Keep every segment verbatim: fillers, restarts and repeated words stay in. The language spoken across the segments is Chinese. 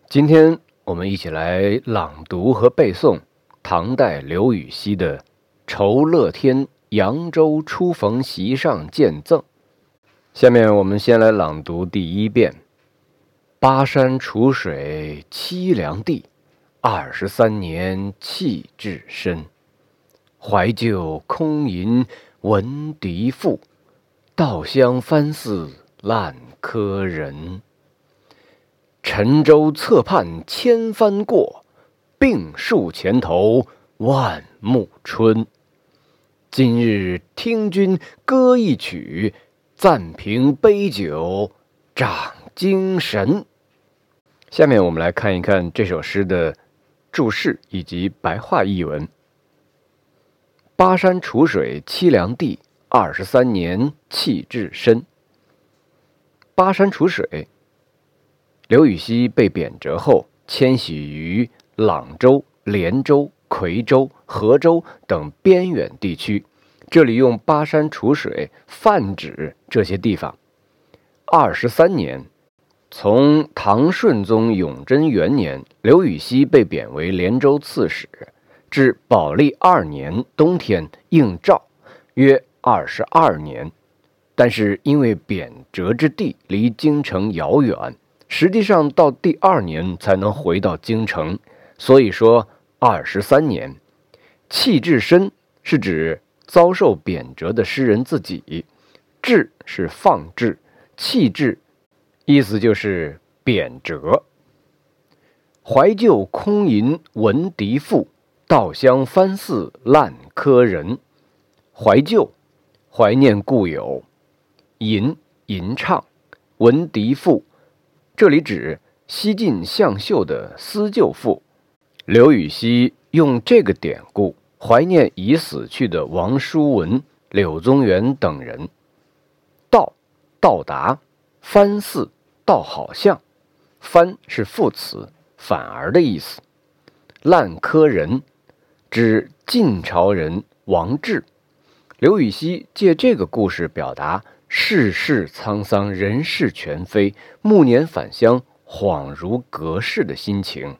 今天我们一起来朗读和背诵唐代刘禹锡的《酬乐天扬州初逢席上见赠》。下面我们先来朗读第一遍：巴山楚水凄凉地，二十三年弃置身。怀旧空吟闻笛赋，稻香翻似烂柯人。沉舟侧畔千帆过，病树前头万木春。今日听君歌一曲，暂凭杯酒长精神。下面我们来看一看这首诗的注释以及白话译文。巴山楚水凄凉地，二十三年弃置身。巴山楚水，刘禹锡被贬谪后，迁徙于朗州、连州、夔州、河州等边远地区。这里用巴山楚水泛指这些地方。二十三年，从唐顺宗永贞元年，刘禹锡被贬为连州刺史，至宝历二年冬天应诏，约二十二年。但是因为贬谪之地离京城遥远，实际上到第二年才能回到京城，所以说二十三年。弃置身是指遭受贬谪的诗人自己，置是放置，弃置意思就是贬谪。怀旧空吟闻笛赋，稻香翻似烂柯人。怀旧，怀念故友；吟，吟唱；闻笛赋，这里指西晋向秀的《思旧赋》。刘禹锡用这个典故怀念已死去的王叔文、柳宗元等人。到，到达；翻似，倒好像；翻是副词，反而的意思。烂柯人，指晋朝人王志。刘禹锡借这个故事表达世事沧桑，人事全非，暮年返乡恍如隔世的心情。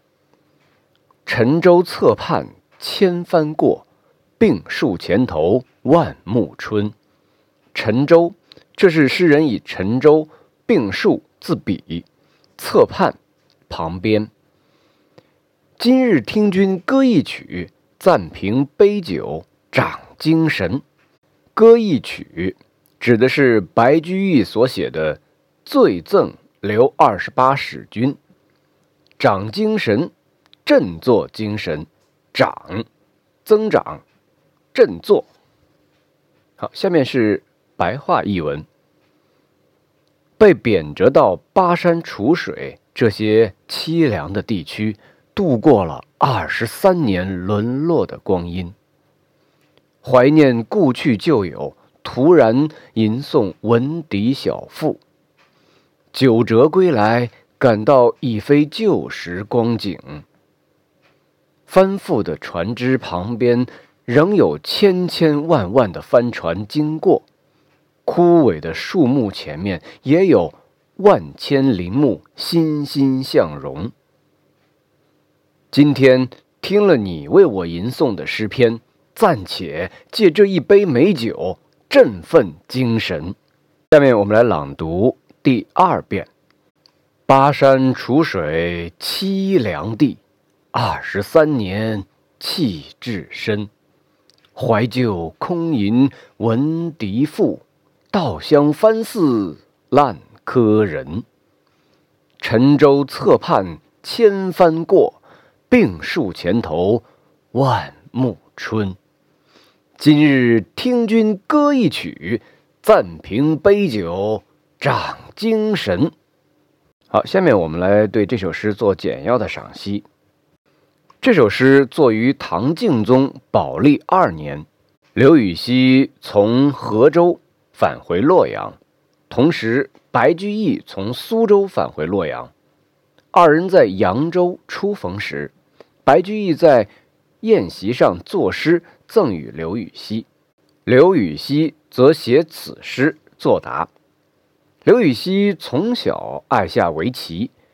沉舟侧畔千帆过，病树前头万木春。沉舟，这是诗人以沉舟、病树自比，侧畔，旁边。今日听君歌一曲，暂凭杯酒长精神。歌一曲指的是白居易所写的《醉赠刘二十八使君》。长精神，振作精神，长，增长，振作。好，下面是白话译文。被贬谪到巴山楚水这些凄凉的地区，度过了二十三年沦落的光阴。怀念故去旧友，突然吟诵闻笛小赋。久谪归来，感到已非旧时光景。翻覆的船只旁边，仍有千千万万的帆船经过；枯萎的树木前面，也有万千林木欣欣向荣。今天听了你为我吟诵的诗篇，暂且借这一杯美酒振奋精神。下面我们来朗读第二遍：巴山楚水凄凉地，二十三年弃置身。怀旧空吟闻笛赋，稻香翻似烂柯人。沉舟侧畔千帆过，病树前头万木春。今日听君歌一曲，暂凭杯酒长精神。好，下面我们来对这首诗做简要的赏析。这首诗作于唐敬宗宝历二年，刘禹锡从河州返回洛阳，同时白居易从苏州返回洛阳。二人在扬州初逢时，白居易在宴席上作诗赠与刘禹锡，刘禹锡则写此诗作答。刘禹锡从小爱下围棋，他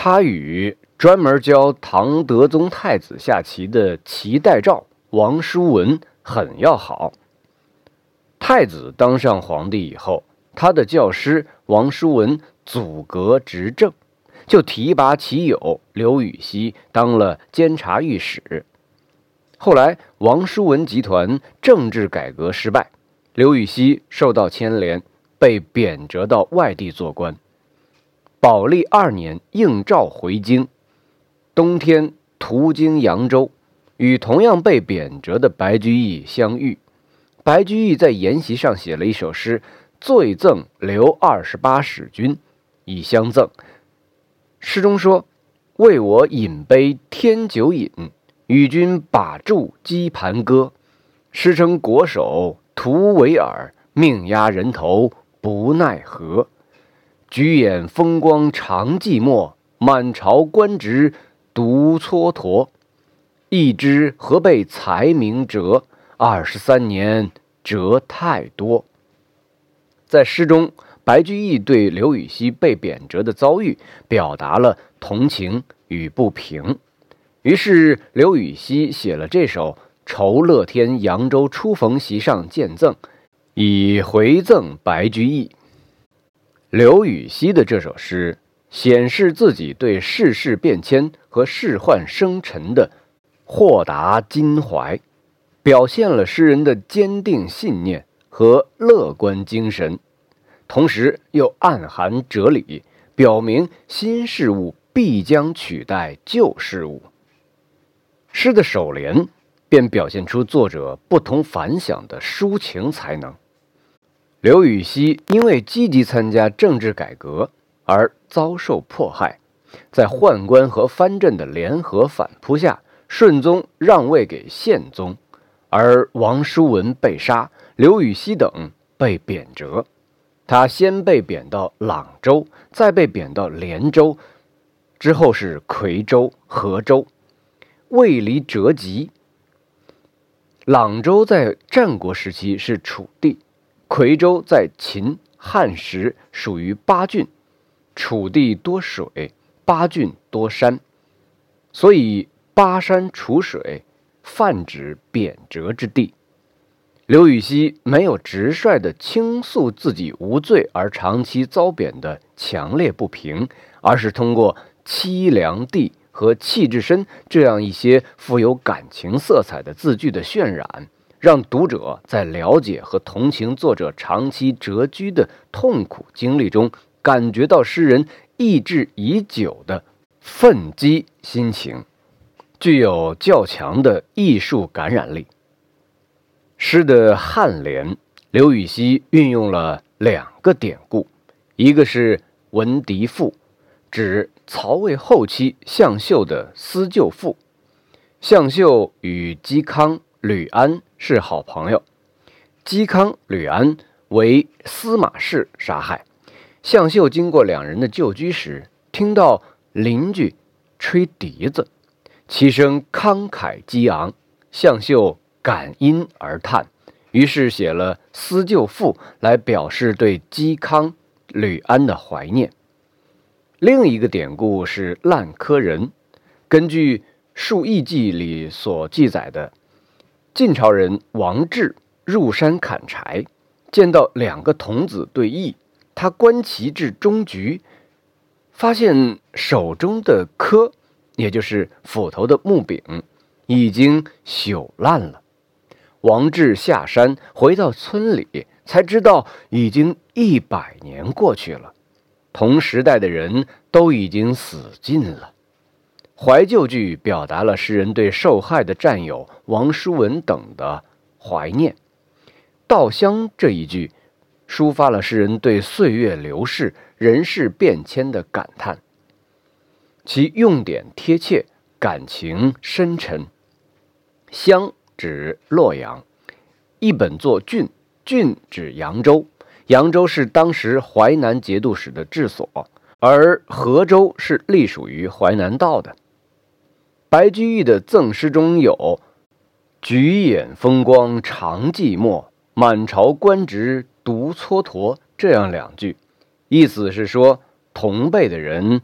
他与专门教唐德宗太子下棋的齐代赵王叔文很要好。太子当上皇帝以后，他的教师王叔文阻隔执政，就提拔其友刘禹锡当了监察御史。后来王叔文集团政治改革失败，刘禹锡受到牵连，被贬谪到外地做官。宝历二年应召回京，冬天途经扬州，与同样被贬谪的白居易相遇。白居易在筵席上写了一首诗，醉赠刘二十八使君，以相赠。诗中说：为我饮杯添酒饮，与君把箸击盘歌。诗称国手徒为耳，命压人头不奈何。举眼风光长寂寞，满朝官职独蹉跎。一知何被才名折，二十三年折太多。在诗中，白居易对刘禹锡被贬谪的遭遇表达了同情与不平，于是刘禹锡写了这首《酬乐天扬州初逢席上见赠》，以回赠白居易。刘禹锡的这首诗显示自己对世事变迁和世幻生沉的豁达襟怀，表现了诗人的坚定信念和乐观精神，同时又暗含哲理，表明新事物必将取代旧事物。诗的首联便表现出作者不同凡响的抒情才能。刘禹锡因为积极参加政治改革而遭受迫害，在宦官和藩镇的联合反扑下，顺宗让位给宪宗，而王叔文被杀，刘禹锡等被贬谪。他先被贬到朗州，再被贬到连州，之后是夔州、和州，位离谪籍。朗州在战国时期是楚地，夔州在秦汉时属于巴郡，楚地多水，巴郡多山，所以巴山楚水泛指贬谪之地。刘禹锡没有直率地倾诉自己无罪而长期遭贬的强烈不平，而是通过凄凉地和气质深这样一些富有感情色彩的字句的渲染，让读者在了解和同情作者长期谪居的痛苦经历中，感觉到诗人抑制已久的愤激心情，具有较强的艺术感染力。诗的颔联，刘禹锡运用了两个典故，一个是文迪赋，指曹魏后期向秀的思旧赋。向秀与嵇康、吕安是好朋友，嵇康、吕安为司马氏杀害。向秀经过两人的旧居时，听到邻居吹笛子，其声慷慨激昂，向秀感因而叹，于是写了思旧赋来表示对嵇康、吕安的怀念。另一个典故是烂柯人。根据《述异记》里所记载的，晋朝人王志入山砍柴，见到两个童子对弈，他观其至终局，发现手中的柯，也就是斧头的木柄，已经朽烂了。王志下山回到村里，才知道已经一百年过去了，同时代的人都已经死尽了。怀旧句表达了诗人对受害的战友王叔文等的怀念。稻香这一句抒发了诗人对岁月流逝、人事变迁的感叹，其用典贴切，感情深沉。湘指洛阳，一本作郡，郡指扬州，扬州是当时淮南节度使的治所，而和州是隶属于淮南道的。白居易的赠诗中有举眼风光长寂寞，满朝官职独蹉跎这样两句，意思是说同辈的人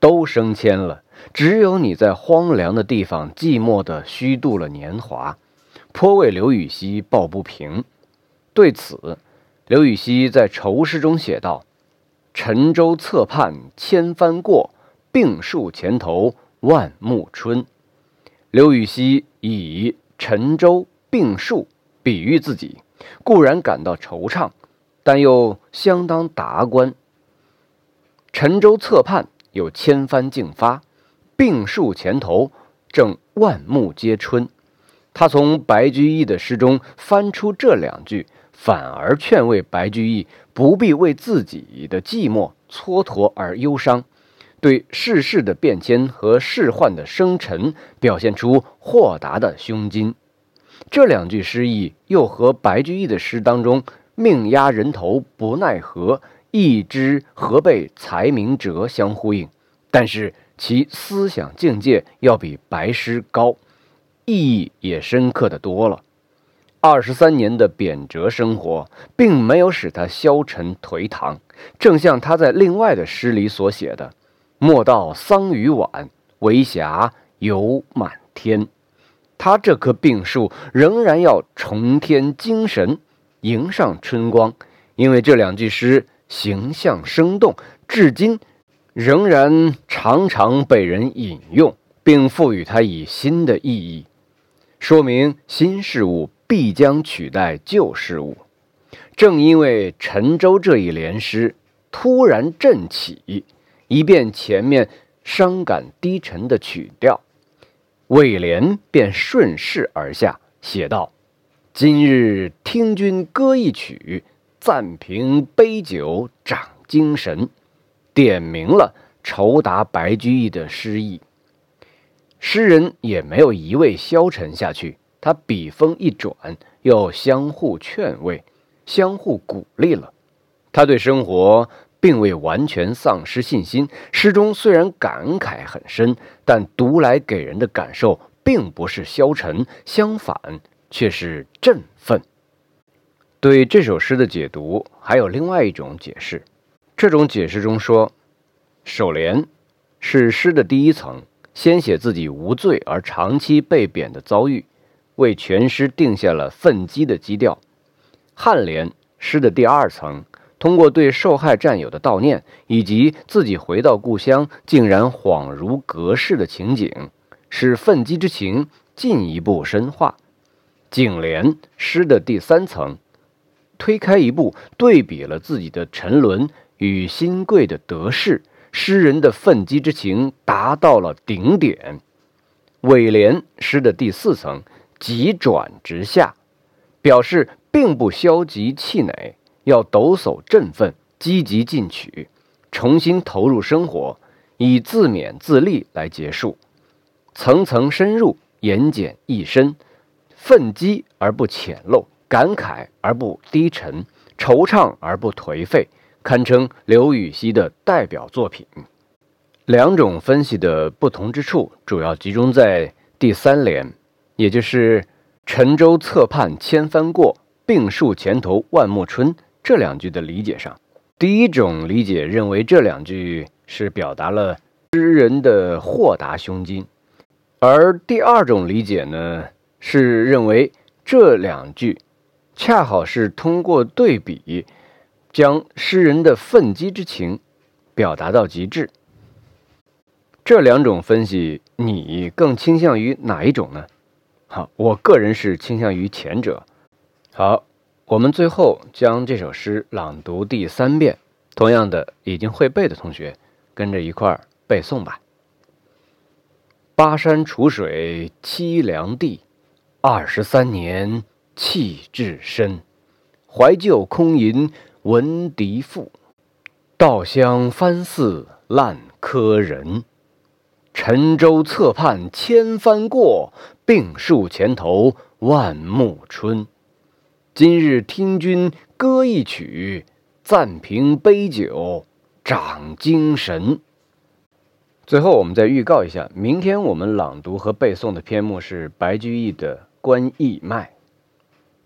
都升迁了，只有你在荒凉的地方寂寞地虚度了年华，颇为刘禹锡抱不平。对此，刘禹锡在愁诗中写道：沉舟侧畔千帆过，病树前头万木春。刘禹锡以沉舟病树比喻自己，固然感到惆怅，但又相当达观。沉舟侧畔有千帆竞发，病树前头正万木皆春。他从白居易的诗中翻出这两句，反而劝慰白居易不必为自己的寂寞蹉跎而忧伤，对世事的变迁和世患的生沉表现出豁达的胸襟。这两句诗意又和白居易的诗当中命压人头不奈何，一知何备才名折相呼应，但是其思想境界要比白诗高，意义也深刻的多了。二十三年的贬谪生活并没有使他消沉颓唐，正像他在另外的诗里所写的：莫道桑榆晚，为霞犹满天。他这棵病树仍然要重添精神，迎上春光，因为这两句诗形象生动，至今仍然常常被人引用，并赋予它以新的意义，说明新事物必将取代旧事物。正因为沉舟这一联诗突然振起，以便前面伤感低沉的曲调，尾联便顺势而下，写道：今日听君歌一曲，暂凭杯酒长精神，点明了酬答白居易的诗意。诗人也没有一味消沉下去，他笔锋一转，又相互劝慰，相互鼓励了。他对生活并未完全丧失信心，诗中虽然感慨很深，但读来给人的感受并不是消沉，相反却是振奋。对这首诗的解读还有另外一种解释，这种解释中说，首联是诗的第一层，先写自己无罪而长期被贬的遭遇，为全诗定下了愤激的基调。颔联诗的第二层，通过对受害战友的悼念，以及自己回到故乡竟然恍如隔世的情景，使愤激之情进一步深化。颈联诗的第三层，推开一步，对比了自己的沉沦与新贵的得势，诗人的愤激之情达到了顶点。尾联诗的第四层，急转直下，表示并不消极气馁，要抖擞振奋，积极进取，重新投入生活，以自勉自励来结束。层层深入，言简意深，愤激而不浅陋，感慨而不低沉，惆怅而不颓废，堪称刘禹锡的代表作品。两种分析的不同之处主要集中在第三联，也就是沉舟侧畔千帆过，病树前头万木春这两句的理解上。第一种理解认为这两句是表达了诗人的豁达胸襟，而第二种理解呢，是认为这两句恰好是通过对比将诗人的愤激之情表达到极致。这两种分析，你更倾向于哪一种呢？好，我个人是倾向于前者。好，我们最后将这首诗朗读第三遍，同样的，已经会背的同学跟着一块儿背诵吧。巴山楚水凄凉地，二十三年弃置身。怀旧空吟闻笛赋，稻香翻似烂柯人。沉舟侧畔千帆过，病树前头万木春。今日听君歌一曲，暂凭杯酒长精神。最后我们再预告一下，明天我们朗读和背诵的篇目是白居易的《观义卖》。